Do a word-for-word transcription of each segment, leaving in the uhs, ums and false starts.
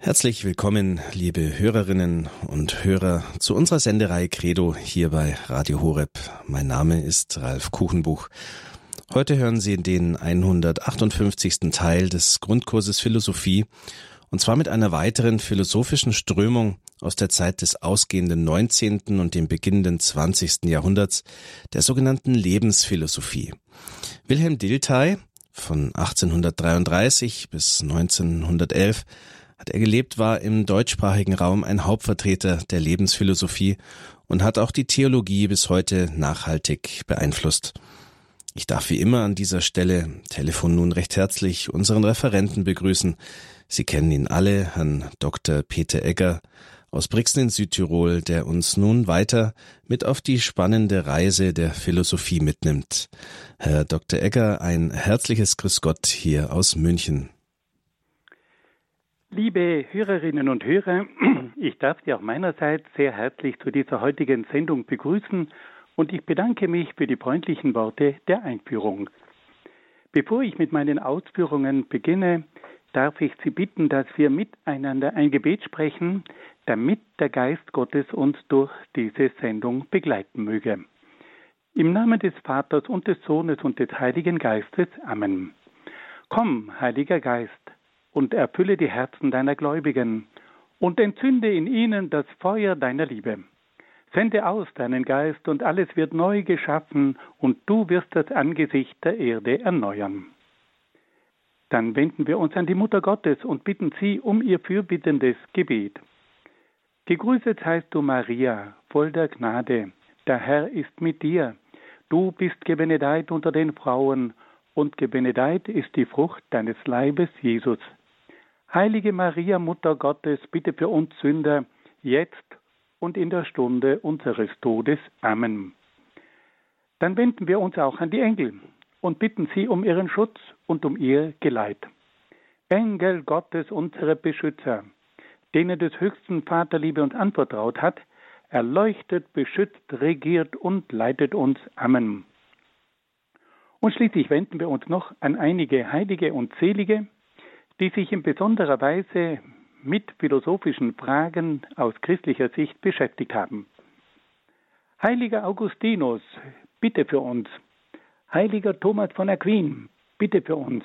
Herzlich willkommen, liebe Hörerinnen und Hörer, zu unserer Sendereihe Credo hier bei Radio Horeb. Mein Name ist Ralf Kuchenbuch. Heute hören Sie den hundertachtundfünfzigsten Teil des Grundkurses Philosophie, und zwar mit einer weiteren philosophischen Strömung aus der Zeit des ausgehenden neunzehnten und dem beginnenden zwanzigsten Jahrhunderts, der sogenannten Lebensphilosophie. Wilhelm Dilthey, von achtzehnhundertdreiunddreißig bis neunzehnhundertelf, hat er gelebt, war im deutschsprachigen Raum ein Hauptvertreter der Lebensphilosophie und hat auch die Theologie bis heute nachhaltig beeinflusst. Ich darf wie immer an dieser Stelle, Telefon nun recht herzlich, unseren Referenten begrüßen. Sie kennen ihn alle, Herrn Doktor Peter Egger aus Brixen in Südtirol, der uns nun weiter mit auf die spannende Reise der Philosophie mitnimmt. Herr Doktor Egger, ein herzliches Grüß Gott hier aus München. Liebe Hörerinnen und Hörer, ich darf Sie auch meinerseits sehr herzlich zu dieser heutigen Sendung begrüßen und ich bedanke mich für die freundlichen Worte der Einführung. Bevor ich mit meinen Ausführungen beginne, darf ich Sie bitten, dass wir miteinander ein Gebet sprechen, damit der Geist Gottes uns durch diese Sendung begleiten möge. Im Namen des Vaters und des Sohnes und des Heiligen Geistes. Amen. Komm, Heiliger Geist, und erfülle die Herzen deiner Gläubigen und entzünde in ihnen das Feuer deiner Liebe. Sende aus deinen Geist und alles wird neu geschaffen und du wirst das Angesicht der Erde erneuern. Dann wenden wir uns an die Mutter Gottes und bitten sie um ihr fürbittendes Gebet. Gegrüßet seist du, Maria, voll der Gnade, der Herr ist mit dir. Du bist gebenedeit unter den Frauen und gebenedeit ist die Frucht deines Leibes, Jesus. Heilige Maria, Mutter Gottes, bitte für uns Sünder, jetzt und in der Stunde unseres Todes. Amen. Dann wenden wir uns auch an die Engel und bitten sie um ihren Schutz und um ihr Geleit. Engel Gottes, unsere Beschützer, denen des höchsten Vaterliebe uns anvertraut hat, erleuchtet, beschützt, regiert und leitet uns. Amen. Und schließlich wenden wir uns noch an einige Heilige und Selige, die sich in besonderer Weise mit philosophischen Fragen aus christlicher Sicht beschäftigt haben. Heiliger Augustinus, bitte für uns. Heiliger Thomas von Aquin, bitte für uns.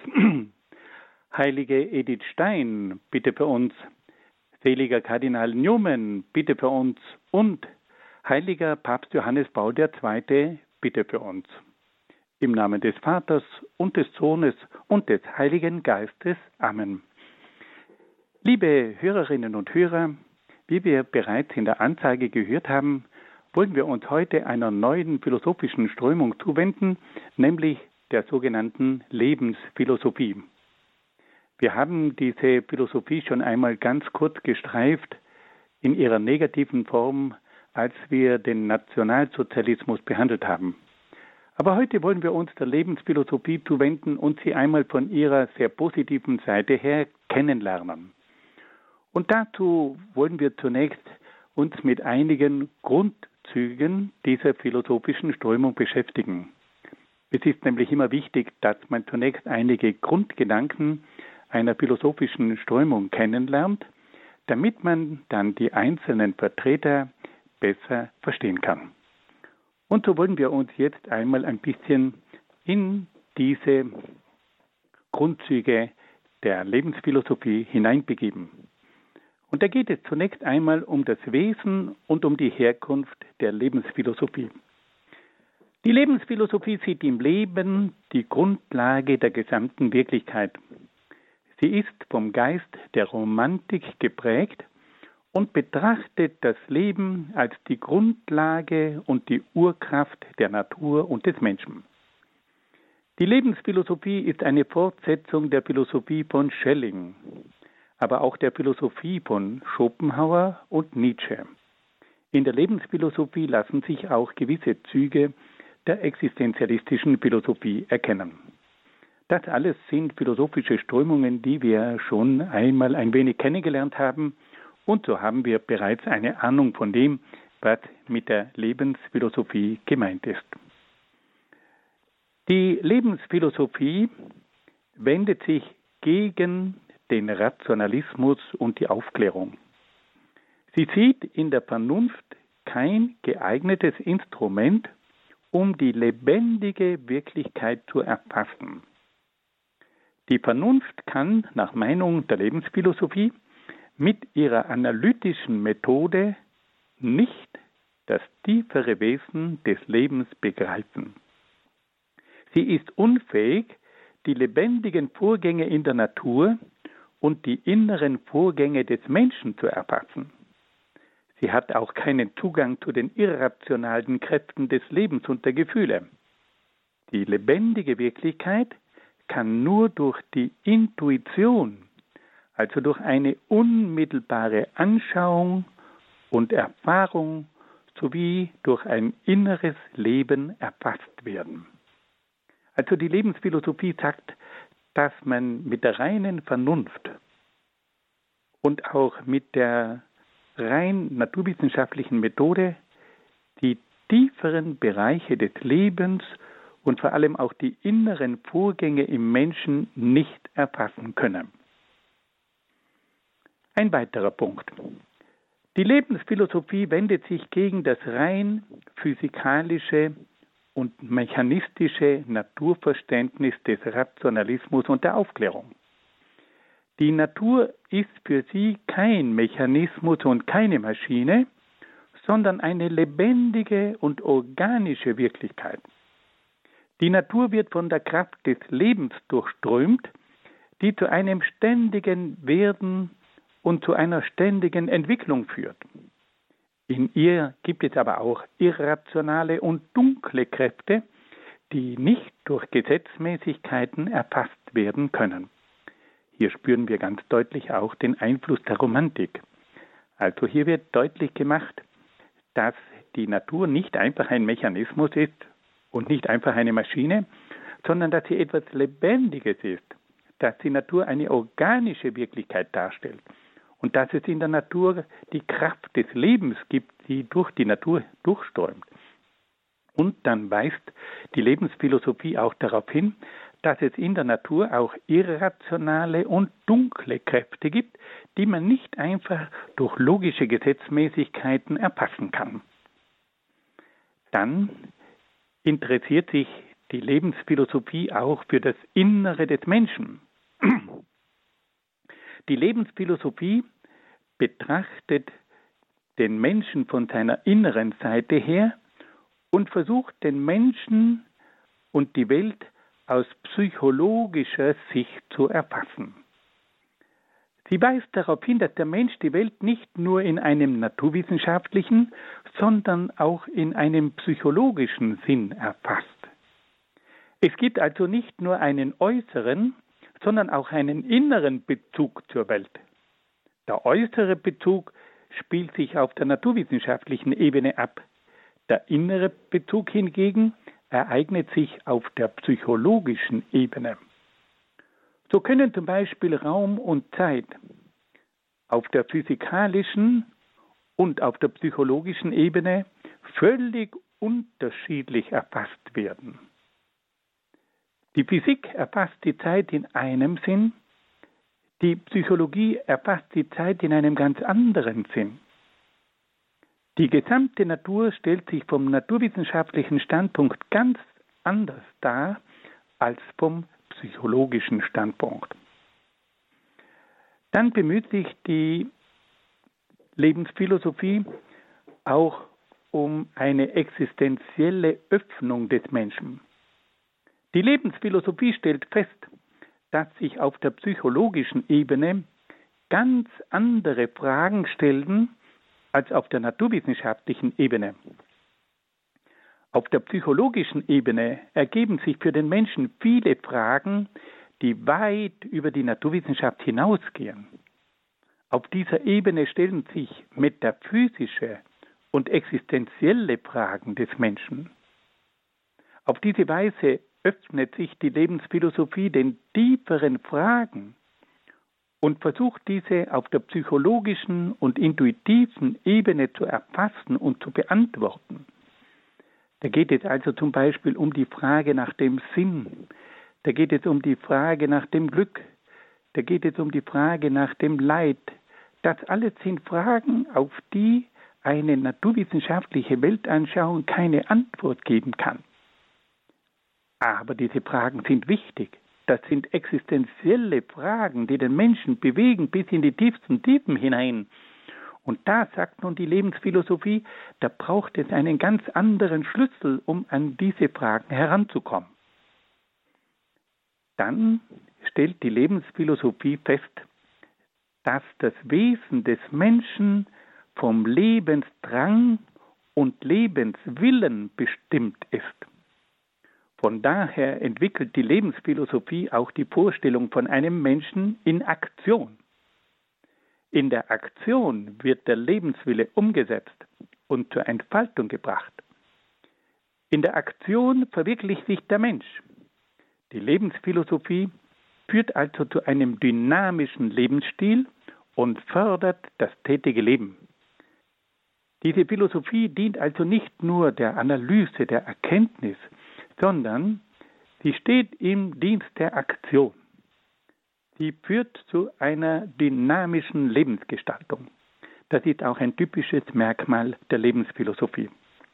Heilige Edith Stein, bitte für uns. Seliger Kardinal Newman, bitte für uns. Und Heiliger Papst Johannes Paul der Zweite, bitte für uns. Im Namen des Vaters und des Sohnes und des Heiligen Geistes. Amen. Liebe Hörerinnen und Hörer, wie wir bereits in der Anzeige gehört haben, wollen wir uns heute einer neuen philosophischen Strömung zuwenden, nämlich der sogenannten Lebensphilosophie. Wir haben diese Philosophie schon einmal ganz kurz gestreift in ihrer negativen Form, als wir den Nationalsozialismus behandelt haben. Aber heute wollen wir uns der Lebensphilosophie zuwenden und sie einmal von ihrer sehr positiven Seite her kennenlernen. Und dazu wollen wir zunächst uns mit einigen Grundzügen dieser philosophischen Strömung beschäftigen. Es ist nämlich immer wichtig, dass man zunächst einige Grundgedanken einer philosophischen Strömung kennenlernt, damit man dann die einzelnen Vertreter besser verstehen kann. Und so wollen wir uns jetzt einmal ein bisschen in diese Grundzüge der Lebensphilosophie hineinbegeben. Und da geht es zunächst einmal um das Wesen und um die Herkunft der Lebensphilosophie. Die Lebensphilosophie sieht im Leben die Grundlage der gesamten Wirklichkeit. Sie ist vom Geist der Romantik geprägt und betrachtet das Leben als die Grundlage und die Urkraft der Natur und des Menschen. Die Lebensphilosophie ist eine Fortsetzung der Philosophie von Schelling, aber auch der Philosophie von Schopenhauer und Nietzsche. In der Lebensphilosophie lassen sich auch gewisse Züge der existenzialistischen Philosophie erkennen. Das alles sind philosophische Strömungen, die wir schon einmal ein wenig kennengelernt haben. Und so haben wir bereits eine Ahnung von dem, was mit der Lebensphilosophie gemeint ist. Die Lebensphilosophie wendet sich gegen den Rationalismus und die Aufklärung. Sie sieht in der Vernunft kein geeignetes Instrument, um die lebendige Wirklichkeit zu erfassen. Die Vernunft kann nach Meinung der Lebensphilosophie mit ihrer analytischen Methode nicht das tiefere Wesen des Lebens begreifen. Sie ist unfähig, die lebendigen Vorgänge in der Natur und die inneren Vorgänge des Menschen zu erfassen. Sie hat auch keinen Zugang zu den irrationalen Kräften des Lebens und der Gefühle. Die lebendige Wirklichkeit kann nur durch die Intuition, also durch eine unmittelbare Anschauung und Erfahrung sowie durch ein inneres Leben erfasst werden. Also die Lebensphilosophie sagt, dass man mit der reinen Vernunft und auch mit der rein naturwissenschaftlichen Methode die tieferen Bereiche des Lebens und vor allem auch die inneren Vorgänge im Menschen nicht erfassen können. Ein weiterer Punkt. Die Lebensphilosophie wendet sich gegen das rein physikalische und mechanistische Naturverständnis des Rationalismus und der Aufklärung. Die Natur ist für sie kein Mechanismus und keine Maschine, sondern eine lebendige und organische Wirklichkeit. Die Natur wird von der Kraft des Lebens durchströmt, die zu einem ständigen Werden und zu einer ständigen Entwicklung führt. In ihr gibt es aber auch irrationale und dunkle Kräfte, die nicht durch Gesetzmäßigkeiten erfasst werden können. Hier spüren wir ganz deutlich auch den Einfluss der Romantik. Also hier wird deutlich gemacht, dass die Natur nicht einfach ein Mechanismus ist und nicht einfach eine Maschine, sondern dass sie etwas Lebendiges ist, dass die Natur eine organische Wirklichkeit darstellt und dass es in der Natur die Kraft des Lebens gibt, die durch die Natur durchströmt. Und dann weist die Lebensphilosophie auch darauf hin, dass es in der Natur auch irrationale und dunkle Kräfte gibt, die man nicht einfach durch logische Gesetzmäßigkeiten erfassen kann. Dann interessiert sich die Lebensphilosophie auch für das Innere des Menschen. Die Lebensphilosophie betrachtet den Menschen von seiner inneren Seite her und versucht den Menschen und die Welt aus psychologischer Sicht zu erfassen. Sie weist darauf hin, dass der Mensch die Welt nicht nur in einem naturwissenschaftlichen, sondern auch in einem psychologischen Sinn erfasst. Es gibt also nicht nur einen äußeren, sondern auch einen inneren Bezug zur Welt. Der äußere Bezug spielt sich auf der naturwissenschaftlichen Ebene ab. Der innere Bezug hingegen ereignet sich auf der psychologischen Ebene. So können zum Beispiel Raum und Zeit auf der physikalischen und auf der psychologischen Ebene völlig unterschiedlich erfasst werden. Die Physik erfasst die Zeit in einem Sinn, die Psychologie erfasst die Zeit in einem ganz anderen Sinn. Die gesamte Natur stellt sich vom naturwissenschaftlichen Standpunkt ganz anders dar als vom psychologischen Standpunkt. Dann bemüht sich die Lebensphilosophie auch um eine existenzielle Öffnung des Menschen. Die Lebensphilosophie stellt fest, dass sich auf der psychologischen Ebene ganz andere Fragen stellen als auf der naturwissenschaftlichen Ebene. Auf der psychologischen Ebene ergeben sich für den Menschen viele Fragen, die weit über die Naturwissenschaft hinausgehen. Auf dieser Ebene stellen sich metaphysische und existenzielle Fragen des Menschen. Auf diese Weise öffnet sich die Lebensphilosophie den tieferen Fragen und versucht diese auf der psychologischen und intuitiven Ebene zu erfassen und zu beantworten. Da geht es also zum Beispiel um die Frage nach dem Sinn, da geht es um die Frage nach dem Glück, da geht es um die Frage nach dem Leid. Das alles sind Fragen, auf die eine naturwissenschaftliche Weltanschauung keine Antwort geben kann. Aber diese Fragen sind wichtig. Das sind existenzielle Fragen, die den Menschen bewegen bis in die tiefsten Tiefen hinein. Und da sagt nun die Lebensphilosophie, da braucht es einen ganz anderen Schlüssel, um an diese Fragen heranzukommen. Dann stellt die Lebensphilosophie fest, dass das Wesen des Menschen vom Lebensdrang und Lebenswillen bestimmt ist. Von daher entwickelt die Lebensphilosophie auch die Vorstellung von einem Menschen in Aktion. In der Aktion wird der Lebenswille umgesetzt und zur Entfaltung gebracht. In der Aktion verwirklicht sich der Mensch. Die Lebensphilosophie führt also zu einem dynamischen Lebensstil und fördert das tätige Leben. Diese Philosophie dient also nicht nur der Analyse, der Erkenntnis, sondern sie steht im Dienst der Aktion. Sie führt zu einer dynamischen Lebensgestaltung. Das ist auch ein typisches Merkmal der Lebensphilosophie.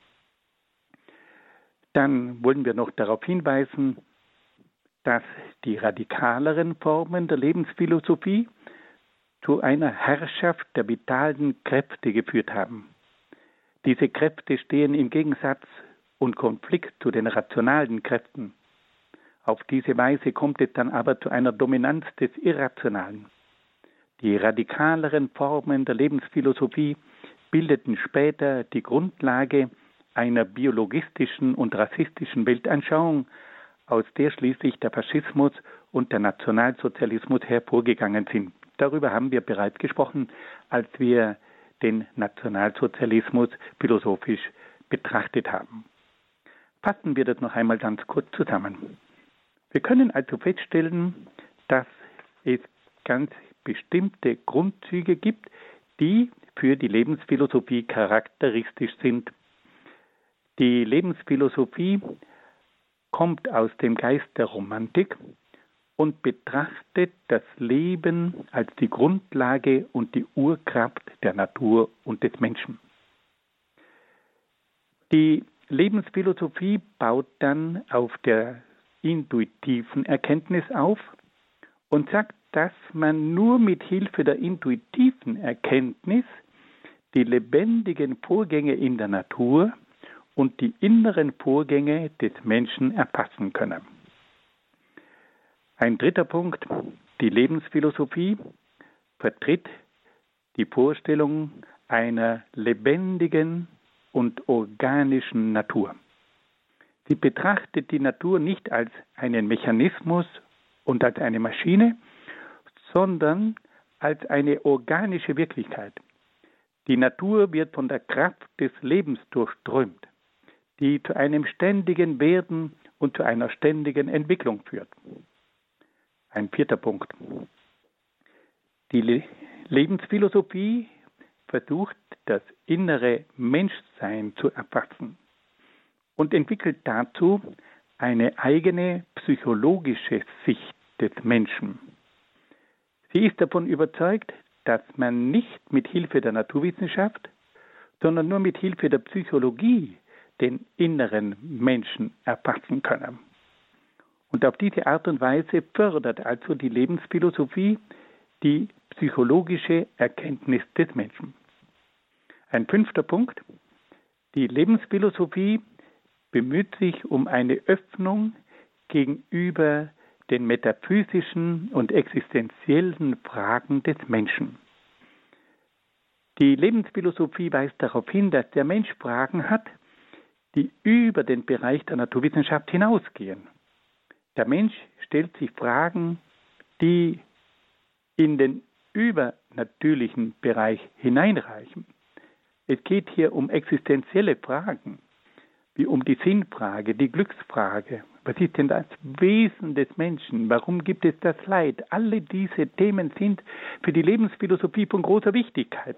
Dann wollen wir noch darauf hinweisen, dass die radikaleren Formen der Lebensphilosophie zu einer Herrschaft der vitalen Kräfte geführt haben. Diese Kräfte stehen im Gegensatz und Konflikt zu den rationalen Kräften. Auf diese Weise kommt es dann aber zu einer Dominanz des Irrationalen. Die radikaleren Formen der Lebensphilosophie bildeten später die Grundlage einer biologistischen und rassistischen Weltanschauung, aus der schließlich der Faschismus und der Nationalsozialismus hervorgegangen sind. Darüber haben wir bereits gesprochen, als wir den Nationalsozialismus philosophisch betrachtet haben. Fassen wir das noch einmal ganz kurz zusammen. Wir können also feststellen, dass es ganz bestimmte Grundzüge gibt, die für die Lebensphilosophie charakteristisch sind. Die Lebensphilosophie kommt aus dem Geist der Romantik und betrachtet das Leben als die Grundlage und die Urkraft der Natur und des Menschen. Die Lebensphilosophie baut dann auf der intuitiven Erkenntnis auf und sagt, dass man nur mit Hilfe der intuitiven Erkenntnis die lebendigen Vorgänge in der Natur und die inneren Vorgänge des Menschen erfassen könne. Ein dritter Punkt, die Lebensphilosophie vertritt die Vorstellung einer lebendigen und organischen Natur. Sie betrachtet die Natur nicht als einen Mechanismus und als eine Maschine, sondern als eine organische Wirklichkeit. Die Natur wird von der Kraft des Lebens durchströmt, die zu einem ständigen Werden und zu einer ständigen Entwicklung führt. Ein vierter Punkt. Die Le- Lebensphilosophie versucht, das innere Menschsein zu erfassen und entwickelt dazu eine eigene psychologische Sicht des Menschen. Sie ist davon überzeugt, dass man nicht mit Hilfe der Naturwissenschaft, sondern nur mit Hilfe der Psychologie den inneren Menschen erfassen könne. Und auf diese Art und Weise fördert also die Lebensphilosophie die psychologische Erkenntnis des Menschen. Ein fünfter Punkt. Die Lebensphilosophie bemüht sich um eine Öffnung gegenüber den metaphysischen und existenziellen Fragen des Menschen. Die Lebensphilosophie weist darauf hin, dass der Mensch Fragen hat, die über den Bereich der Naturwissenschaft hinausgehen. Der Mensch stellt sich Fragen, die in den übernatürlichen Bereich hineinreichen. Es geht hier um existenzielle Fragen, wie um die Sinnfrage, die Glücksfrage. Was ist denn das Wesen des Menschen? Warum gibt es das Leid? Alle diese Themen sind für die Lebensphilosophie von großer Wichtigkeit.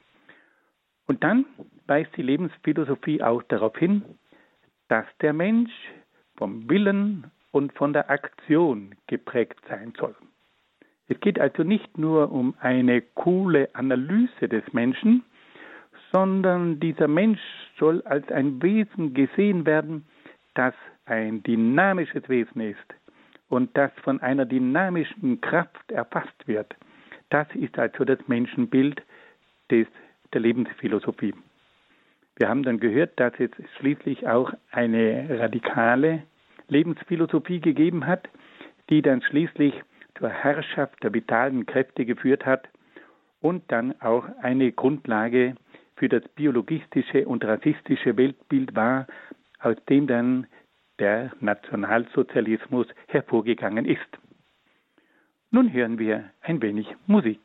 Und dann weist die Lebensphilosophie auch darauf hin, dass der Mensch vom Willen und von der Aktion geprägt sein soll. Es geht also nicht nur um eine coole Analyse des Menschen, sondern dieser Mensch soll als ein Wesen gesehen werden, das ein dynamisches Wesen ist und das von einer dynamischen Kraft erfasst wird. Das ist also das Menschenbild des, der Lebensphilosophie. Wir haben dann gehört, dass es schließlich auch eine radikale Lebensphilosophie gegeben hat, die dann schließlich zur Herrschaft der vitalen Kräfte geführt hat und dann auch eine Grundlage für das biologistische und rassistische Weltbild war, aus dem dann der Nationalsozialismus hervorgegangen ist. Nun hören wir ein wenig Musik.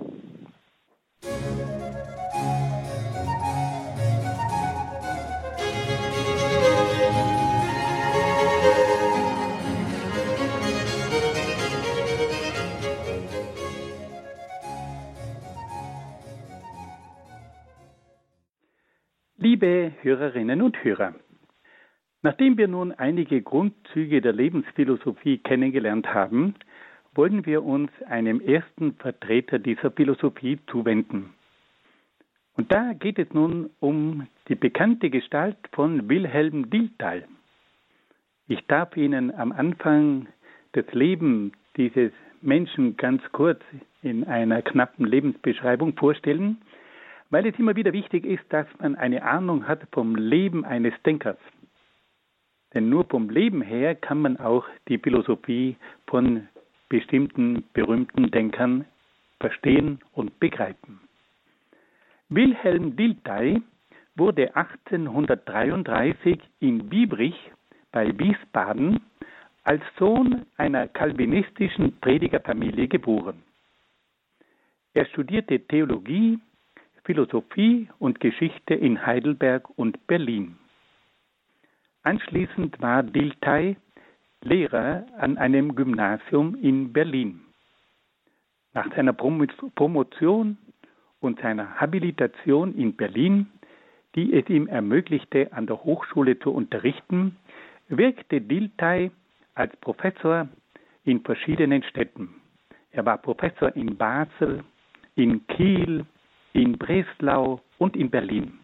Liebe Hörerinnen und Hörer, nachdem wir nun einige Grundzüge der Lebensphilosophie kennengelernt haben, wollen wir uns einem ersten Vertreter dieser Philosophie zuwenden. Und da geht es nun um die bekannte Gestalt von Wilhelm Dilthey. Ich darf Ihnen am Anfang das Leben dieses Menschen ganz kurz in einer knappen Lebensbeschreibung vorstellen, weil es immer wieder wichtig ist, dass man eine Ahnung hat vom Leben eines Denkers. Denn nur vom Leben her kann man auch die Philosophie von bestimmten berühmten Denkern verstehen und begreifen. Wilhelm Dilthey wurde achtzehnhundertdreiunddreißig in Biebrich bei Wiesbaden als Sohn einer calvinistischen Predigerfamilie geboren. Er studierte Theologie, Philosophie und Geschichte in Heidelberg und Berlin. Anschließend war Dilthey Lehrer an einem Gymnasium in Berlin. Nach seiner Promotion und seiner Habilitation in Berlin, die es ihm ermöglichte, an der Hochschule zu unterrichten, wirkte Dilthey als Professor in verschiedenen Städten. Er war Professor in Basel, in Kiel, in Breslau und in Berlin.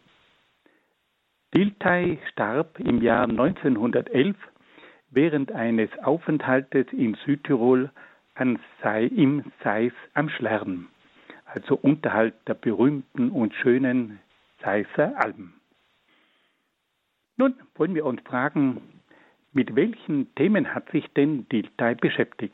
Dilthey starb im Jahr neunzehnhundertelf während eines Aufenthaltes in Südtirol an Sei, im Seis am Schlern, also unterhalb der berühmten und schönen Seisser Alpen. Nun wollen wir uns fragen, mit welchen Themen hat sich denn Dilthey beschäftigt?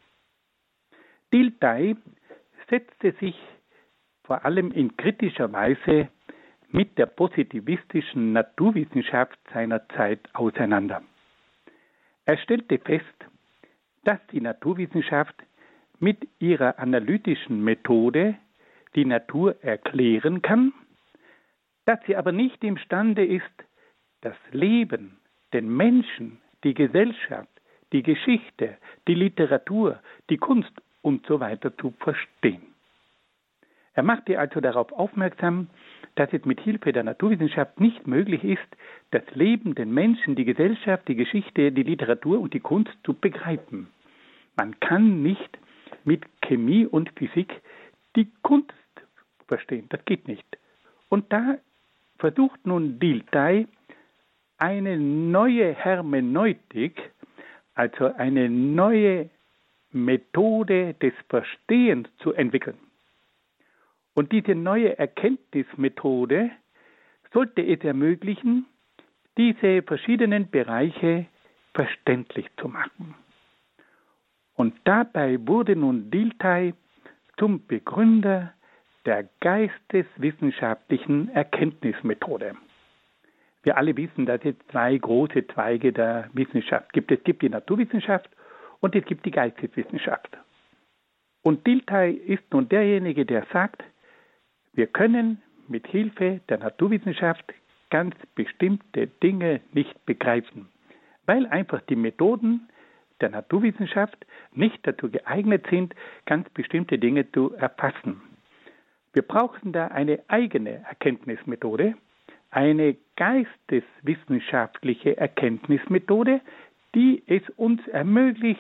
Dilthey setzte sich vor allem in kritischer Weise mit der positivistischen Naturwissenschaft seiner Zeit auseinander. Er stellte fest, dass die Naturwissenschaft mit ihrer analytischen Methode die Natur erklären kann, dass sie aber nicht imstande ist, das Leben, den Menschen, die Gesellschaft, die Geschichte, die Literatur, die Kunst und so weiter zu verstehen. Er machte also darauf aufmerksam, dass es mit Hilfe der Naturwissenschaft nicht möglich ist, das Leben, den Menschen, die Gesellschaft, die Geschichte, die Literatur und die Kunst zu begreifen. Man kann nicht mit Chemie und Physik die Kunst verstehen. Das geht nicht. Und da versucht nun Dilthey eine neue Hermeneutik, also eine neue Methode des Verstehens zu entwickeln. Und diese neue Erkenntnismethode sollte es ermöglichen, diese verschiedenen Bereiche verständlich zu machen. Und dabei wurde nun Dilthey zum Begründer der geisteswissenschaftlichen Erkenntnismethode. Wir alle wissen, dass es zwei große Zweige der Wissenschaft gibt. Es gibt die Naturwissenschaft und es gibt die Geisteswissenschaft. Und Dilthey ist nun derjenige, der sagt, wir können mit Hilfe der Naturwissenschaft ganz bestimmte Dinge nicht begreifen, weil einfach die Methoden der Naturwissenschaft nicht dazu geeignet sind, ganz bestimmte Dinge zu erfassen. Wir brauchen da eine eigene Erkenntnismethode, eine geisteswissenschaftliche Erkenntnismethode, die es uns ermöglicht,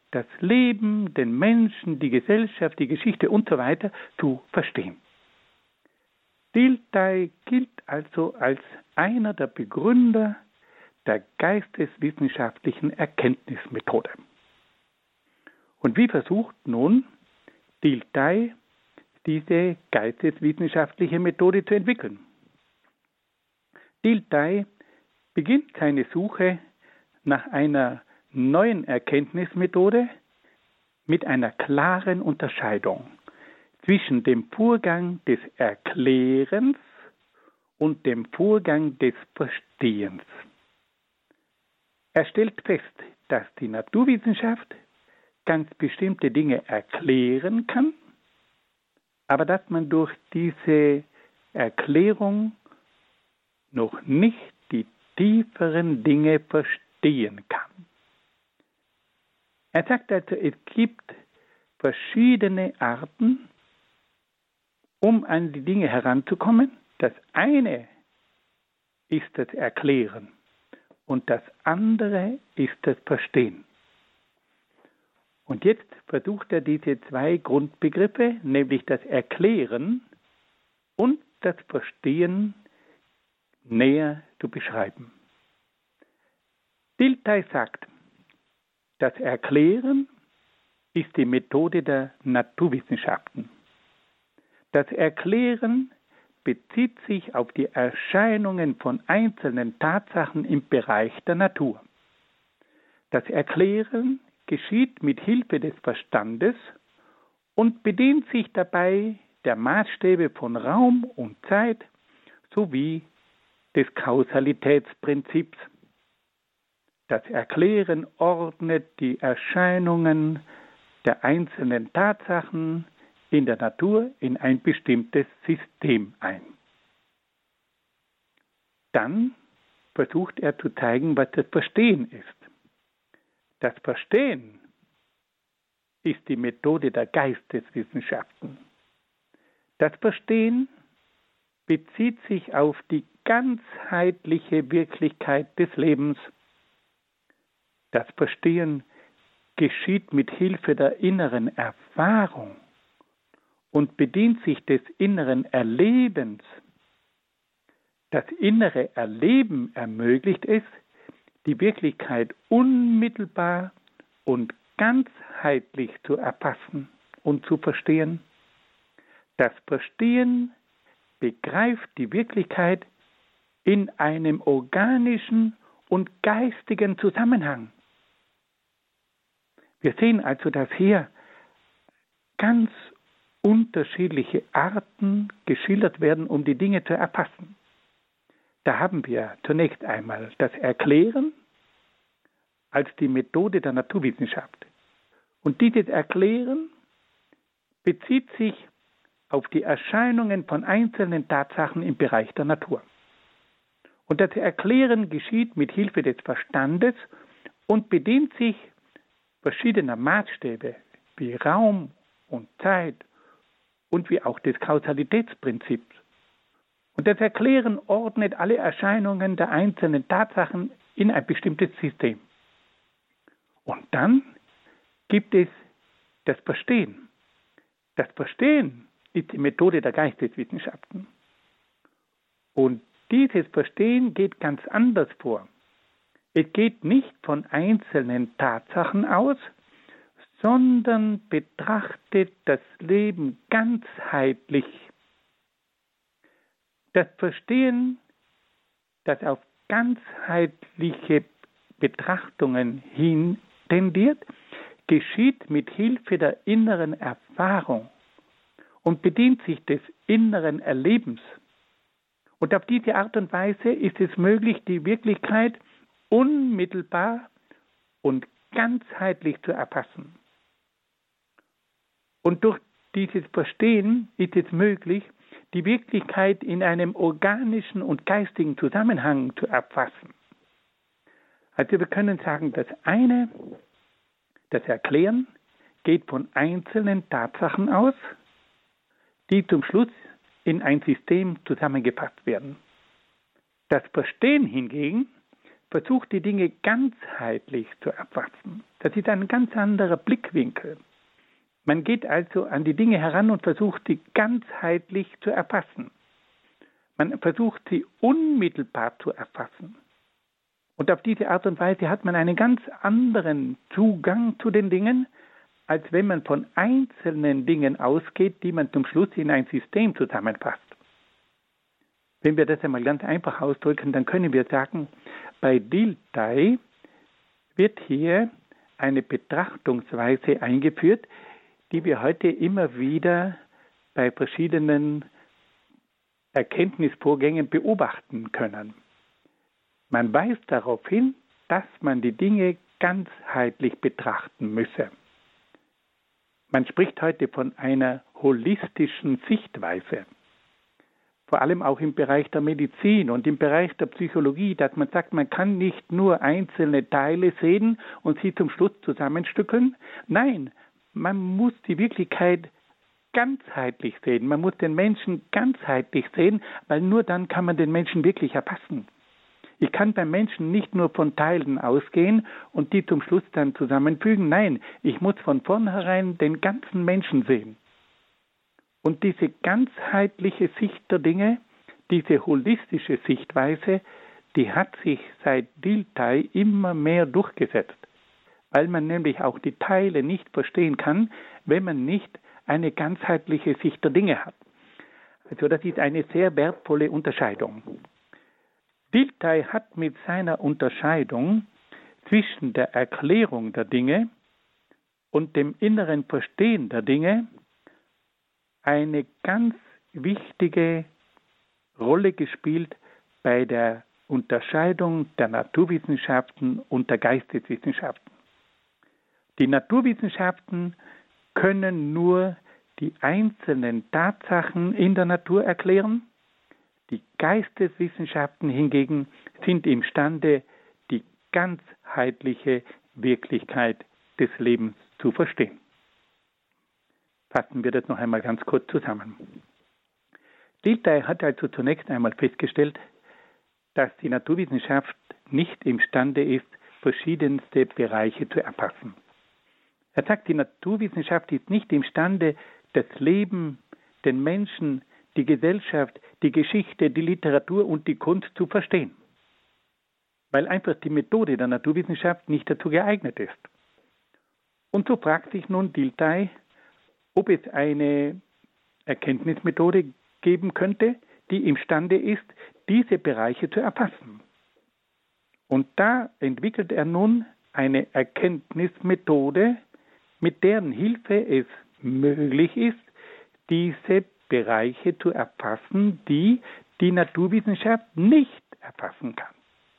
das Leben, den Menschen, die Gesellschaft, die Geschichte und so weiter zu verstehen. Dilthey gilt also als einer der Begründer der geisteswissenschaftlichen Erkenntnismethode. Und wie versucht nun Dilthey, diese geisteswissenschaftliche Methode zu entwickeln? Dilthey beginnt seine Suche nach einer neuen Erkenntnismethode mit einer klaren Unterscheidung zwischen dem Vorgang des Erklärens und dem Vorgang des Verstehens. Er stellt fest, dass die Naturwissenschaft ganz bestimmte Dinge erklären kann, aber dass man durch diese Erklärung noch nicht die tieferen Dinge verstehen kann. Er sagt also, es gibt verschiedene Arten, um an die Dinge heranzukommen. Das eine ist das Erklären und das andere ist das Verstehen. Und jetzt versucht er diese zwei Grundbegriffe, nämlich das Erklären und das Verstehen, näher zu beschreiben. Dilthey sagt, das Erklären ist die Methode der Naturwissenschaften. Das Erklären bezieht sich auf die Erscheinungen von einzelnen Tatsachen im Bereich der Natur. Das Erklären geschieht mit Hilfe des Verstandes und bedient sich dabei der Maßstäbe von Raum und Zeit sowie des Kausalitätsprinzips. Das Erklären ordnet die Erscheinungen der einzelnen Tatsachen in der Natur in ein bestimmtes System ein. Dann versucht er zu zeigen, was das Verstehen ist. Das Verstehen ist die Methode der Geisteswissenschaften. Das Verstehen bezieht sich auf die ganzheitliche Wirklichkeit des Lebens. Das Verstehen geschieht mit Hilfe der inneren Erfahrung und bedient sich des inneren Erlebens. Das innere Erleben ermöglicht es, die Wirklichkeit unmittelbar und ganzheitlich zu erfassen und zu verstehen. Das Verstehen begreift die Wirklichkeit in einem organischen und geistigen Zusammenhang. Wir sehen also, dass hier ganz unterschiedliche Arten geschildert werden, um die Dinge zu erfassen. Da haben wir zunächst einmal das Erklären als die Methode der Naturwissenschaft. Und dieses Erklären bezieht sich auf die Erscheinungen von einzelnen Tatsachen im Bereich der Natur. Und das Erklären geschieht mit Hilfe des Verstandes und bedient sich verschiedener Maßstäbe wie Raum und Zeit und wie auch des Kausalitätsprinzips. Und das Erklären ordnet alle Erscheinungen der einzelnen Tatsachen in ein bestimmtes System. Und dann gibt es das Verstehen. Das Verstehen ist die Methode der Geisteswissenschaften. Und dieses Verstehen geht ganz anders vor. Es geht nicht von einzelnen Tatsachen aus, sondern betrachtet das Leben ganzheitlich. Das Verstehen, das auf ganzheitliche Betrachtungen hin tendiert, geschieht mit Hilfe der inneren Erfahrung und bedient sich des inneren Erlebens. Und auf diese Art und Weise ist es möglich, die Wirklichkeit unmittelbar und ganzheitlich zu erfassen. Und durch dieses Verstehen ist es möglich, die Wirklichkeit in einem organischen und geistigen Zusammenhang zu erfassen. Also wir können sagen, das eine, das Erklären, geht von einzelnen Tatsachen aus, die zum Schluss in ein System zusammengefasst werden. Das Verstehen hingegen versucht, die Dinge ganzheitlich zu erfassen. Das ist ein ganz anderer Blickwinkel. Man geht also an die Dinge heran und versucht, sie ganzheitlich zu erfassen. Man versucht, sie unmittelbar zu erfassen. Und auf diese Art und Weise hat man einen ganz anderen Zugang zu den Dingen, als wenn man von einzelnen Dingen ausgeht, die man zum Schluss in ein System zusammenfasst. Wenn wir das einmal ganz einfach ausdrücken, dann können wir sagen, bei Dilthey wird hier eine Betrachtungsweise eingeführt, die wir heute immer wieder bei verschiedenen Erkenntnisvorgängen beobachten können. Man weist darauf hin, dass man die Dinge ganzheitlich betrachten müsse. Man spricht heute von einer holistischen Sichtweise. Vor allem auch im Bereich der Medizin und im Bereich der Psychologie, dass man sagt, man kann nicht nur einzelne Teile sehen und sie zum Schluss zusammenstückeln. Nein, man muss die Wirklichkeit ganzheitlich sehen. Man muss den Menschen ganzheitlich sehen, weil nur dann kann man den Menschen wirklich erfassen. Ich kann beim Menschen nicht nur von Teilen ausgehen und die zum Schluss dann zusammenfügen. Nein, ich muss von vornherein den ganzen Menschen sehen. Und diese ganzheitliche Sicht der Dinge, diese holistische Sichtweise, die hat sich seit Dilthey immer mehr durchgesetzt, weil man nämlich auch die Teile nicht verstehen kann, wenn man nicht eine ganzheitliche Sicht der Dinge hat. Also das ist eine sehr wertvolle Unterscheidung. Dilthey hat mit seiner Unterscheidung zwischen der Erklärung der Dinge und dem inneren Verstehen der Dinge eine ganz wichtige Rolle gespielt bei der Unterscheidung der Naturwissenschaften und der Geisteswissenschaften. Die Naturwissenschaften können nur die einzelnen Tatsachen in der Natur erklären. Die Geisteswissenschaften hingegen sind imstande, die ganzheitliche Wirklichkeit des Lebens zu verstehen. Fassen wir das noch einmal ganz kurz zusammen. Dilthey hat also zunächst einmal festgestellt, dass die Naturwissenschaft nicht imstande ist, verschiedenste Bereiche zu erfassen. Er sagt, die Naturwissenschaft ist nicht imstande, das Leben, den Menschen, die Gesellschaft, die Geschichte, die Literatur und die Kunst zu verstehen, weil einfach die Methode der Naturwissenschaft nicht dazu geeignet ist. Und so fragt sich nun Dilthey, ob es eine Erkenntnismethode geben könnte, die imstande ist, diese Bereiche zu erfassen. Und da entwickelt er nun eine Erkenntnismethode, mit deren Hilfe es möglich ist, diese Bereiche zu erfassen, die die Naturwissenschaft nicht erfassen kann.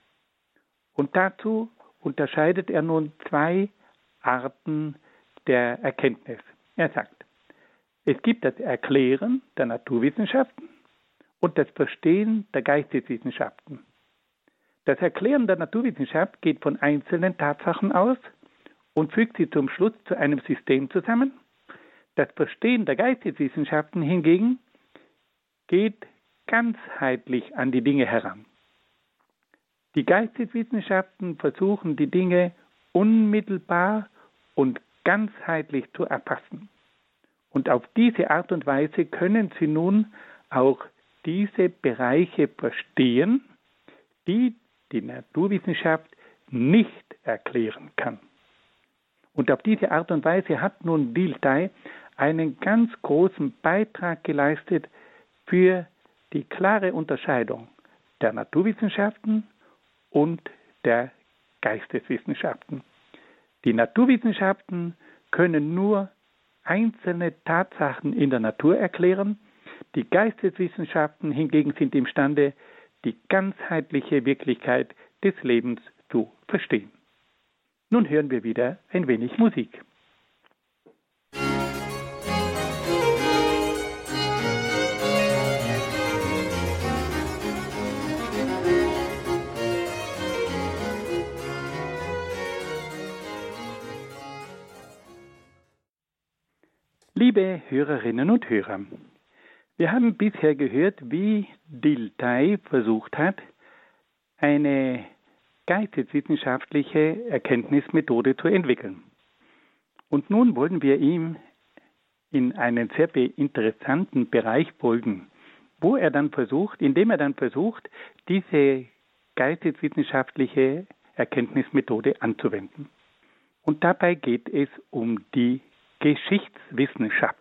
Und dazu unterscheidet er nun zwei Arten der Erkenntnis. Er sagt, es gibt das Erklären der Naturwissenschaften und das Verstehen der Geisteswissenschaften. Das Erklären der Naturwissenschaft geht von einzelnen Tatsachen aus und fügt sie zum Schluss zu einem System zusammen. Das Verstehen der Geisteswissenschaften hingegen geht ganzheitlich an die Dinge heran. Die Geisteswissenschaften versuchen, die Dinge unmittelbar und ganzheitlich zu erfassen. Und auf diese Art und Weise können sie nun auch diese Bereiche verstehen, die die Naturwissenschaft nicht erklären kann. Und auf diese Art und Weise hat nun Dilthey einen ganz großen Beitrag geleistet für die klare Unterscheidung der Naturwissenschaften und der Geisteswissenschaften. Die Naturwissenschaften können nur einzelne Tatsachen in der Natur erklären. Die Geisteswissenschaften hingegen sind imstande, die ganzheitliche Wirklichkeit des Lebens zu verstehen. Nun hören wir wieder ein wenig Musik. Liebe Hörerinnen und Hörer, wir haben bisher gehört, wie Dilthey versucht hat, eine geisteswissenschaftliche Erkenntnismethode zu entwickeln. Und nun wollen wir ihm in einen sehr interessanten Bereich folgen, wo er dann versucht, indem er dann versucht, diese geisteswissenschaftliche Erkenntnismethode anzuwenden. Und dabei geht es um die Geschichtswissenschaft.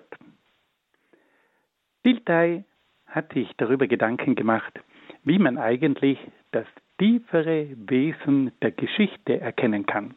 Dilthey hat sich darüber Gedanken gemacht, wie man eigentlich das tiefere Wesen der Geschichte erkennen kann.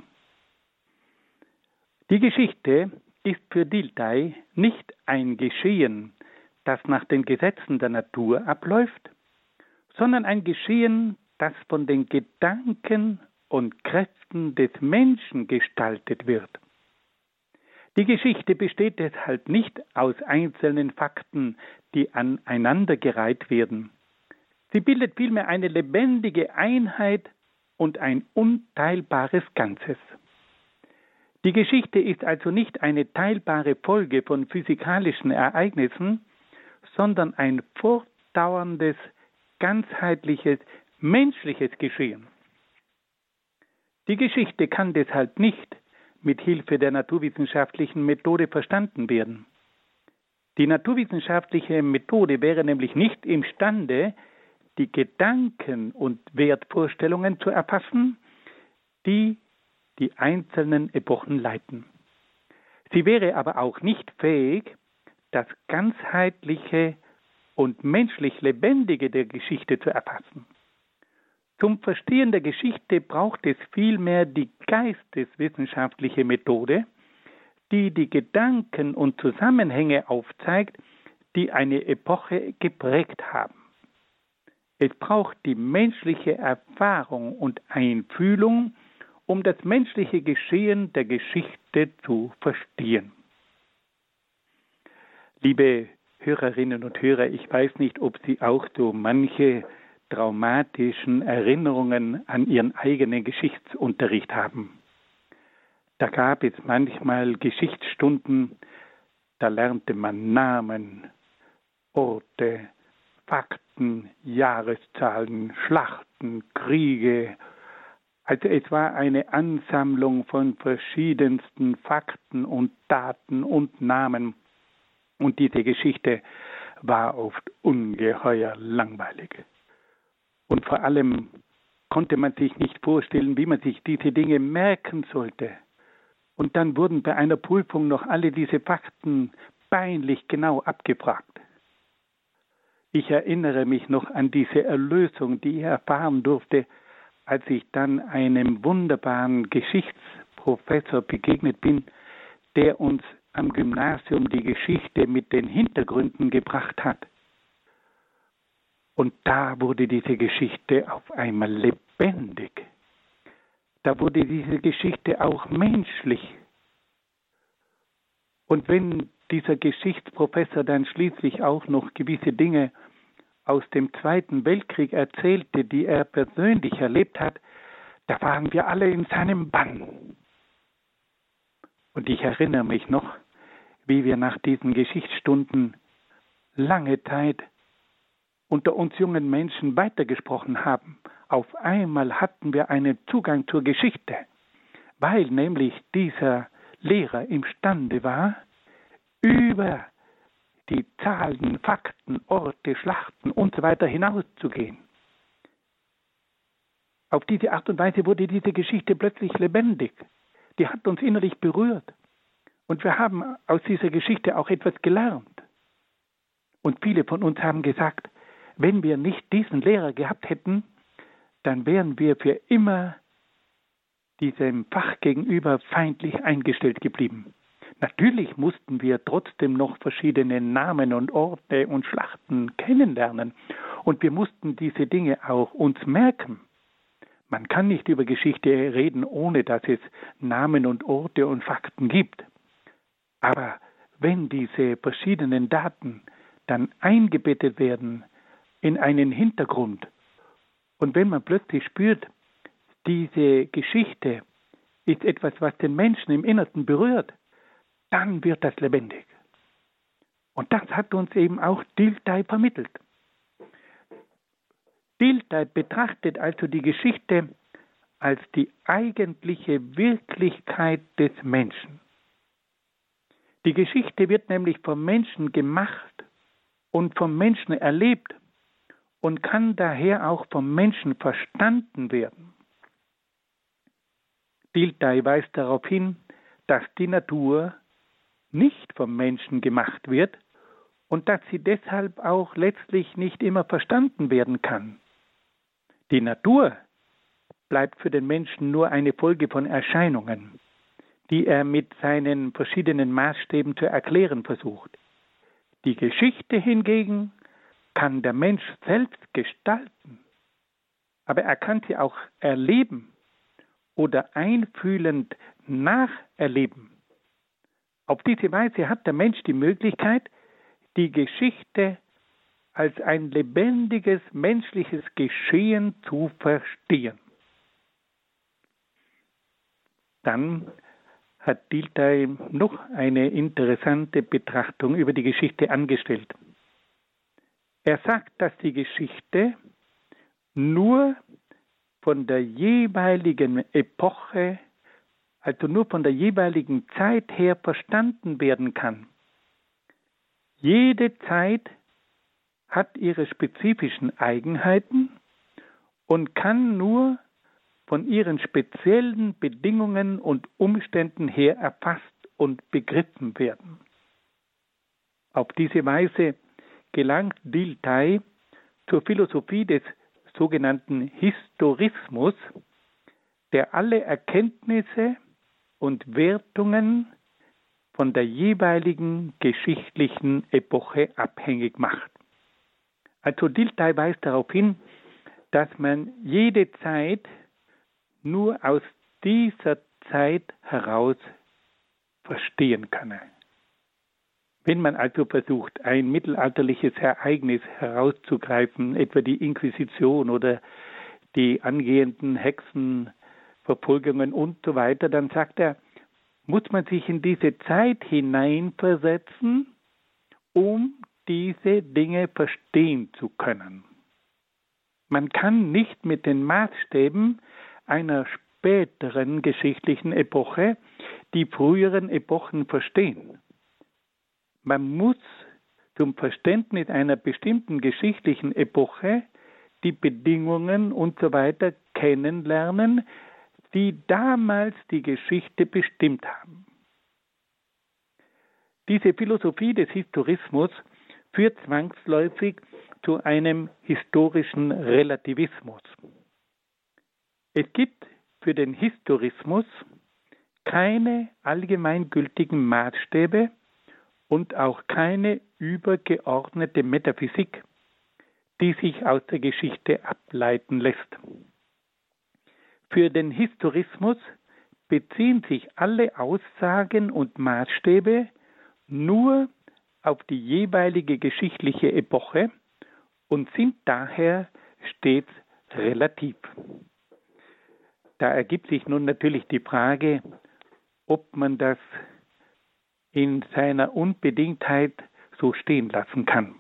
Die Geschichte ist für Dilthey nicht ein Geschehen, das nach den Gesetzen der Natur abläuft, sondern ein Geschehen, das von den Gedanken und Kräften des Menschen gestaltet wird. Die Geschichte besteht deshalb nicht aus einzelnen Fakten, die aneinandergereiht werden. Sie bildet vielmehr eine lebendige Einheit und ein unteilbares Ganzes. Die Geschichte ist also nicht eine teilbare Folge von physikalischen Ereignissen, sondern ein fortdauerndes, ganzheitliches, menschliches Geschehen. Die Geschichte kann deshalb nicht mit Hilfe der naturwissenschaftlichen Methode verstanden werden. Die naturwissenschaftliche Methode wäre nämlich nicht imstande, die Gedanken und Wertvorstellungen zu erfassen, die die einzelnen Epochen leiten. Sie wäre aber auch nicht fähig, das ganzheitliche und menschlich Lebendige der Geschichte zu erfassen. Zum Verstehen der Geschichte braucht es vielmehr die geisteswissenschaftliche Methode, die die Gedanken und Zusammenhänge aufzeigt, die eine Epoche geprägt haben. Es braucht die menschliche Erfahrung und Einfühlung, um das menschliche Geschehen der Geschichte zu verstehen. Liebe Hörerinnen und Hörer, ich weiß nicht, ob Sie auch so manche traumatischen Erinnerungen an Ihren eigenen Geschichtsunterricht haben. Da gab es manchmal Geschichtsstunden, da lernte man Namen, Orte, Fakten, Jahreszahlen, Schlachten, Kriege. Also es war eine Ansammlung von verschiedensten Fakten und Daten und Namen. Und diese Geschichte war oft ungeheuer langweilig. Und vor allem konnte man sich nicht vorstellen, wie man sich diese Dinge merken sollte. Und dann wurden bei einer Prüfung noch alle diese Fakten peinlich genau abgefragt. Ich erinnere mich noch an diese Erlösung, die ich erfahren durfte, als ich dann einem wunderbaren Geschichtsprofessor begegnet bin, der uns am Gymnasium die Geschichte mit den Hintergründen gebracht hat. Und da wurde diese Geschichte auf einmal lebendig. Da wurde diese Geschichte auch menschlich. Und wenn dieser Geschichtsprofessor dann schließlich auch noch gewisse Dinge aus dem Zweiten Weltkrieg erzählte, die er persönlich erlebt hat, da waren wir alle in seinem Bann. Und ich erinnere mich noch, wie wir nach diesen Geschichtsstunden lange Zeit unter uns jungen Menschen weitergesprochen haben. Auf einmal hatten wir einen Zugang zur Geschichte, weil nämlich dieser Lehrer imstande war, über die Zahlen, Fakten, Orte, Schlachten und so weiter hinauszugehen. Auf diese Art und Weise wurde diese Geschichte plötzlich lebendig. Die hat uns innerlich berührt. Und wir haben aus dieser Geschichte auch etwas gelernt. Und viele von uns haben gesagt, wenn wir nicht diesen Lehrer gehabt hätten, dann wären wir für immer diesem Fach gegenüber feindlich eingestellt geblieben. Natürlich mussten wir trotzdem noch verschiedene Namen und Orte und Schlachten kennenlernen. Und wir mussten diese Dinge auch uns merken. Man kann nicht über Geschichte reden, ohne dass es Namen und Orte und Fakten gibt. Aber wenn diese verschiedenen Daten dann eingebettet werden in einen Hintergrund und wenn man plötzlich spürt, diese Geschichte ist etwas, was den Menschen im Innersten berührt, dann wird das lebendig. Und das hat uns eben auch Dilthey vermittelt. Dilthey betrachtet also die Geschichte als die eigentliche Wirklichkeit des Menschen. Die Geschichte wird nämlich vom Menschen gemacht und vom Menschen erlebt und kann daher auch vom Menschen verstanden werden. Dilthey weist darauf hin, dass die Natur nicht vom Menschen gemacht wird und dass sie deshalb auch letztlich nicht immer verstanden werden kann. Die Natur bleibt für den Menschen nur eine Folge von Erscheinungen, die er mit seinen verschiedenen Maßstäben zu erklären versucht. Die Geschichte hingegen kann der Mensch selbst gestalten, aber er kann sie auch erleben oder einfühlend nacherleben. Auf diese Weise hat der Mensch die Möglichkeit, die Geschichte als ein lebendiges menschliches Geschehen zu verstehen. Dann hat Dilthey noch eine interessante Betrachtung über die Geschichte angestellt. Er sagt, dass die Geschichte nur von der jeweiligen Epoche, also nur von der jeweiligen Zeit her verstanden werden kann. Jede Zeit hat ihre spezifischen Eigenheiten und kann nur von ihren speziellen Bedingungen und Umständen her erfasst und begriffen werden. Auf diese Weise gelangt Dilthey zur Philosophie des sogenannten Historismus, der alle Erkenntnisse und Wertungen von der jeweiligen geschichtlichen Epoche abhängig macht. Also Dilthey weist darauf hin, dass man jede Zeit nur aus dieser Zeit heraus verstehen kann. Wenn man also versucht, ein mittelalterliches Ereignis herauszugreifen, etwa die Inquisition oder die angehenden Hexenverfolgungen und so weiter, dann sagt er, muss man sich in diese Zeit hineinversetzen, um diese Dinge verstehen zu können. Man kann nicht mit den Maßstäben einer späteren geschichtlichen Epoche die früheren Epochen verstehen. Man muss zum Verständnis einer bestimmten geschichtlichen Epoche die Bedingungen und so weiter kennenlernen, die damals die Geschichte bestimmt haben. Diese Philosophie des Historismus führt zwangsläufig zu einem historischen Relativismus. Es gibt für den Historismus keine allgemeingültigen Maßstäbe und auch keine übergeordnete Metaphysik, die sich aus der Geschichte ableiten lässt. Für den Historismus beziehen sich alle Aussagen und Maßstäbe nur auf die jeweilige geschichtliche Epoche und sind daher stets relativ. Da ergibt sich nun natürlich die Frage, ob man das in seiner Unbedingtheit so stehen lassen kann.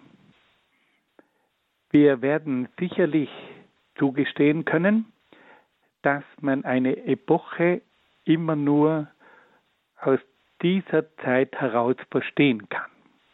Wir werden sicherlich zugestehen können, dass man eine Epoche immer nur aus dieser Zeit heraus verstehen kann.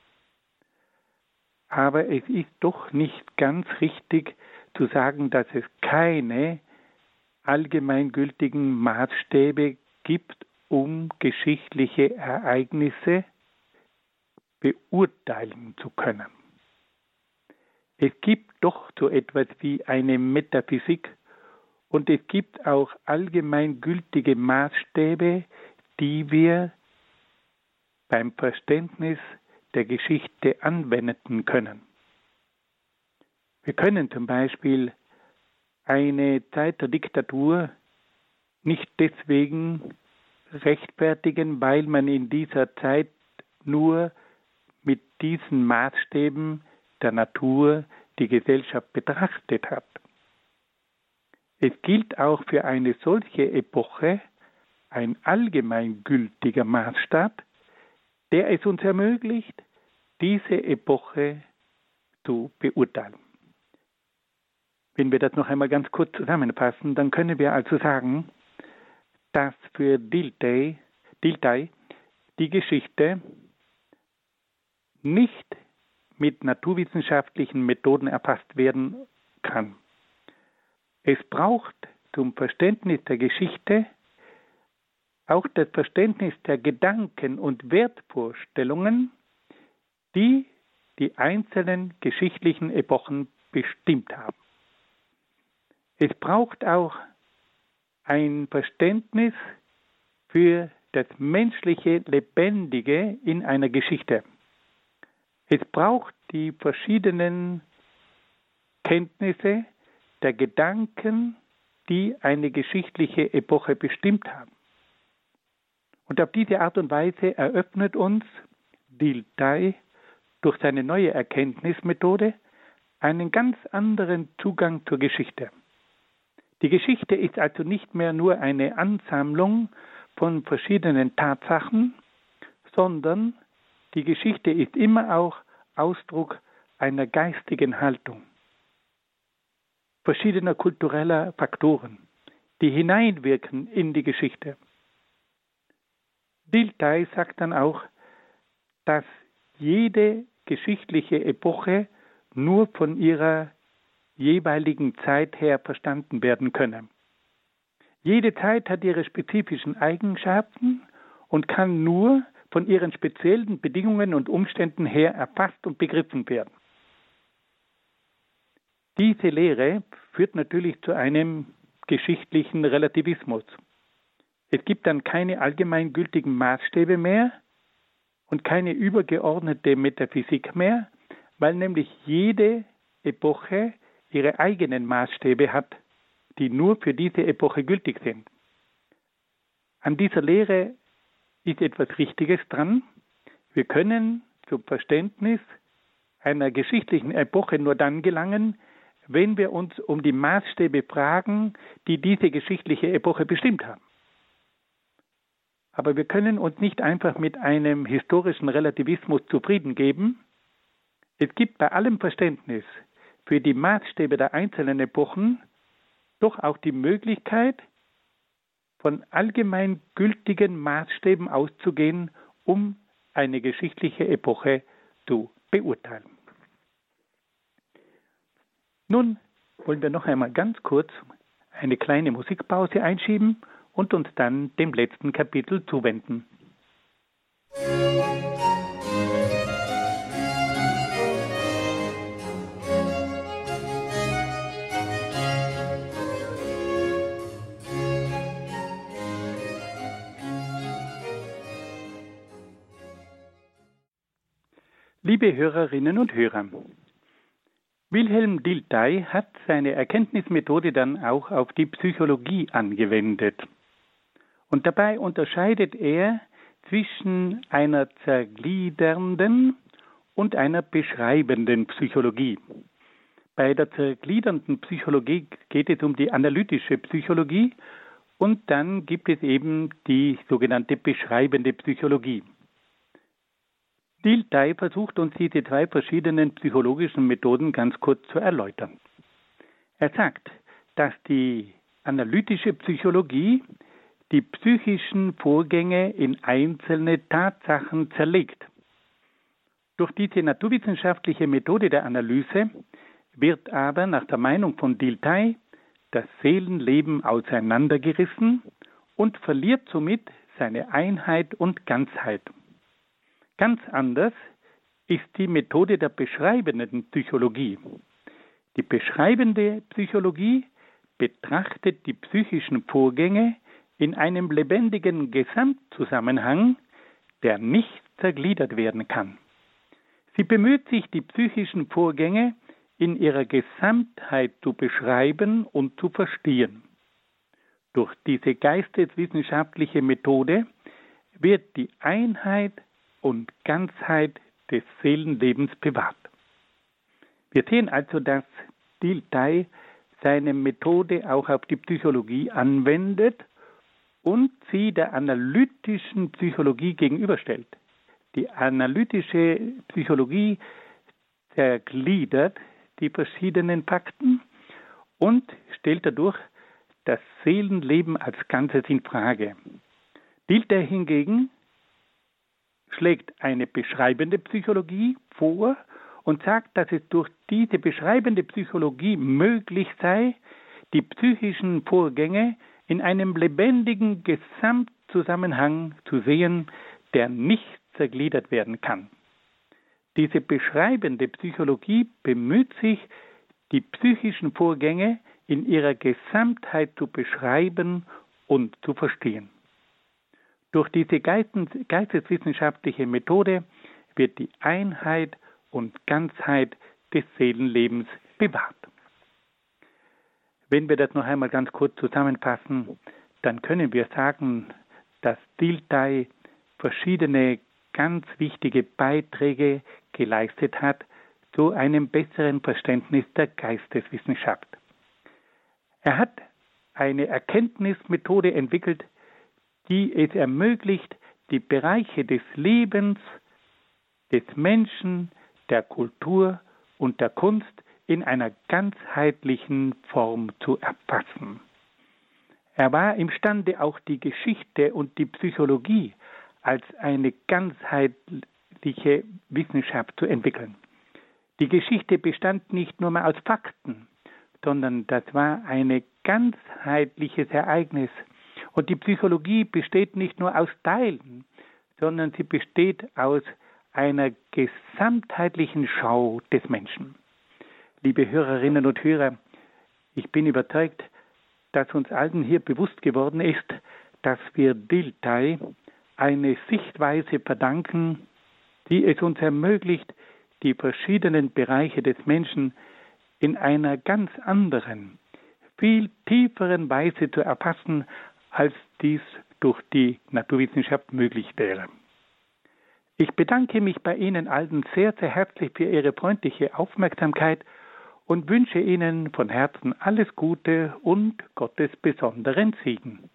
Aber es ist doch nicht ganz richtig zu sagen, dass es keine allgemeingültigen Maßstäbe gibt, um geschichtliche Ereignisse beurteilen zu können. Es gibt doch so etwas wie eine Metaphysik und es gibt auch allgemeingültige Maßstäbe, die wir beim Verständnis der Geschichte anwenden können. Wir können zum Beispiel eine Zeit der Diktatur nicht deswegen rechtfertigen, weil man in dieser Zeit nur mit diesen Maßstäben der Natur die Gesellschaft betrachtet hat. Es gilt auch für eine solche Epoche ein allgemeingültiger Maßstab, der es uns ermöglicht, diese Epoche zu beurteilen. Wenn wir das noch einmal ganz kurz zusammenfassen, dann können wir also sagen, dass für Dilthey, Dilthey die Geschichte nicht mit naturwissenschaftlichen Methoden erfasst werden kann. Es braucht zum Verständnis der Geschichte auch das Verständnis der Gedanken und Wertvorstellungen, die die einzelnen geschichtlichen Epochen bestimmt haben. Es braucht auch ein Verständnis für das menschliche Lebendige in einer Geschichte. Es braucht die verschiedenen Kenntnisse der Gedanken, die eine geschichtliche Epoche bestimmt haben. Und auf diese Art und Weise eröffnet uns Dilthey durch seine neue Erkenntnismethode einen ganz anderen Zugang zur Geschichte. Die Geschichte ist also nicht mehr nur eine Ansammlung von verschiedenen Tatsachen, sondern die Geschichte ist immer auch Ausdruck einer geistigen Haltung, verschiedener kultureller Faktoren, die hineinwirken in die Geschichte. Dilthey sagt dann auch, dass jede geschichtliche Epoche nur von ihrer jeweiligen Zeit her verstanden werden könne. Jede Zeit hat ihre spezifischen Eigenschaften und kann nur von ihren speziellen Bedingungen und Umständen her erfasst und begriffen werden. Diese Lehre führt natürlich zu einem geschichtlichen Relativismus. Es gibt dann keine allgemeingültigen Maßstäbe mehr und keine übergeordnete Metaphysik mehr, weil nämlich jede Epoche ihre eigenen Maßstäbe hat, die nur für diese Epoche gültig sind. An dieser Lehre ist etwas Richtiges dran. Wir können zum Verständnis einer geschichtlichen Epoche nur dann gelangen, wenn wir uns um die Maßstäbe fragen, die diese geschichtliche Epoche bestimmt haben. Aber wir können uns nicht einfach mit einem historischen Relativismus zufrieden geben. Es gibt bei allem Verständnis für die Maßstäbe der einzelnen Epochen doch auch die Möglichkeit, von allgemein gültigen Maßstäben auszugehen, um eine geschichtliche Epoche zu beurteilen. Nun wollen wir noch einmal ganz kurz eine kleine Musikpause einschieben und uns dann dem letzten Kapitel zuwenden. Liebe Hörerinnen und Hörer, Wilhelm Dilthey hat seine Erkenntnismethode dann auch auf die Psychologie angewendet. Und dabei unterscheidet er zwischen einer zergliedernden und einer beschreibenden Psychologie. Bei der zergliedernden Psychologie geht es um die analytische Psychologie und dann gibt es eben die sogenannte beschreibende Psychologie. Dilthey versucht uns diese zwei verschiedenen psychologischen Methoden ganz kurz zu erläutern. Er sagt, dass die analytische Psychologie die psychischen Vorgänge in einzelne Tatsachen zerlegt. Durch diese naturwissenschaftliche Methode der Analyse wird aber nach der Meinung von Dilthey das Seelenleben auseinandergerissen und verliert somit seine Einheit und Ganzheit. Ganz anders ist die Methode der beschreibenden Psychologie. Die beschreibende Psychologie betrachtet die psychischen Vorgänge in einem lebendigen Gesamtzusammenhang, der nicht zergliedert werden kann. Sie bemüht sich, die psychischen Vorgänge in ihrer Gesamtheit zu beschreiben und zu verstehen. Durch diese geisteswissenschaftliche Methode wird die Einheit und Ganzheit des Seelenlebens bewahrt. Wir sehen also, dass Dilthey seine Methode auch auf die Psychologie anwendet und sie der analytischen Psychologie gegenüberstellt. Die analytische Psychologie zergliedert die verschiedenen Fakten und stellt dadurch das Seelenleben als Ganzes in Frage. Dilthey hingegen schlägt eine beschreibende Psychologie vor und sagt, dass es durch diese beschreibende Psychologie möglich sei, die psychischen Vorgänge in einem lebendigen Gesamtzusammenhang zu sehen, der nicht zergliedert werden kann. Diese beschreibende Psychologie bemüht sich, die psychischen Vorgänge in ihrer Gesamtheit zu beschreiben und zu verstehen. Durch diese geisteswissenschaftliche Methode wird die Einheit und Ganzheit des Seelenlebens bewahrt. Wenn wir das noch einmal ganz kurz zusammenfassen, dann können wir sagen, dass Dilthey verschiedene ganz wichtige Beiträge geleistet hat zu einem besseren Verständnis der Geisteswissenschaft. Er hat eine Erkenntnismethode entwickelt, die es ermöglicht, die Bereiche des Lebens, des Menschen, der Kultur und der Kunst in einer ganzheitlichen Form zu erfassen. Er war imstande, auch die Geschichte und die Psychologie als eine ganzheitliche Wissenschaft zu entwickeln. Die Geschichte bestand nicht nur mal aus Fakten, sondern das war ein ganzheitliches Ereignis. Und die Psychologie besteht nicht nur aus Teilen, sondern sie besteht aus einer gesamtheitlichen Schau des Menschen. Liebe Hörerinnen und Hörer, ich bin überzeugt, dass uns allen hier bewusst geworden ist, dass wir Dilthey eine Sichtweise verdanken, die es uns ermöglicht, die verschiedenen Bereiche des Menschen in einer ganz anderen, viel tieferen Weise zu erfassen, als dies durch die Naturwissenschaft möglich wäre. Ich bedanke mich bei Ihnen allen sehr, sehr herzlich für Ihre freundliche Aufmerksamkeit und wünsche Ihnen von Herzen alles Gute und Gottes besonderen Segen.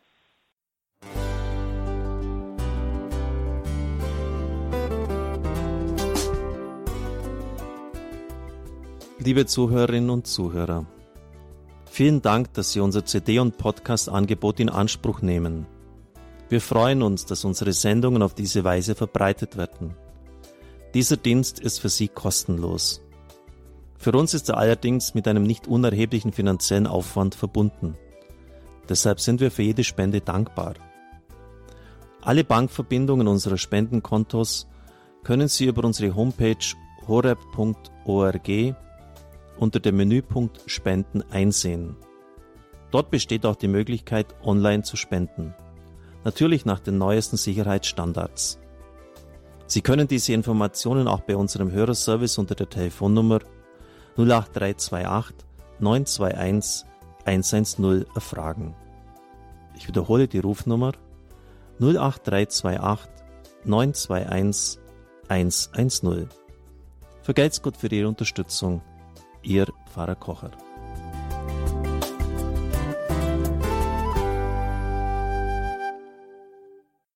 Liebe Zuhörerinnen und Zuhörer, vielen Dank, dass Sie unser C D- und Podcast-Angebot in Anspruch nehmen. Wir freuen uns, dass unsere Sendungen auf diese Weise verbreitet werden. Dieser Dienst ist für Sie kostenlos. Für uns ist er allerdings mit einem nicht unerheblichen finanziellen Aufwand verbunden. Deshalb sind wir für jede Spende dankbar. Alle Bankverbindungen unserer Spendenkontos können Sie über unsere Homepage horeb punkt org unter dem Menüpunkt Spenden einsehen. Dort besteht auch die Möglichkeit, online zu spenden. Natürlich nach den neuesten Sicherheitsstandards. Sie können diese Informationen auch bei unserem Hörerservice unter der Telefonnummer null acht drei zwei acht neun zwei eins eins eins null erfragen. Ich wiederhole die Rufnummer null acht drei zwei acht neun zwei eins eins eins null. Vergelt's Gott für Ihre Unterstützung. Ihr Pfarrer Kocher.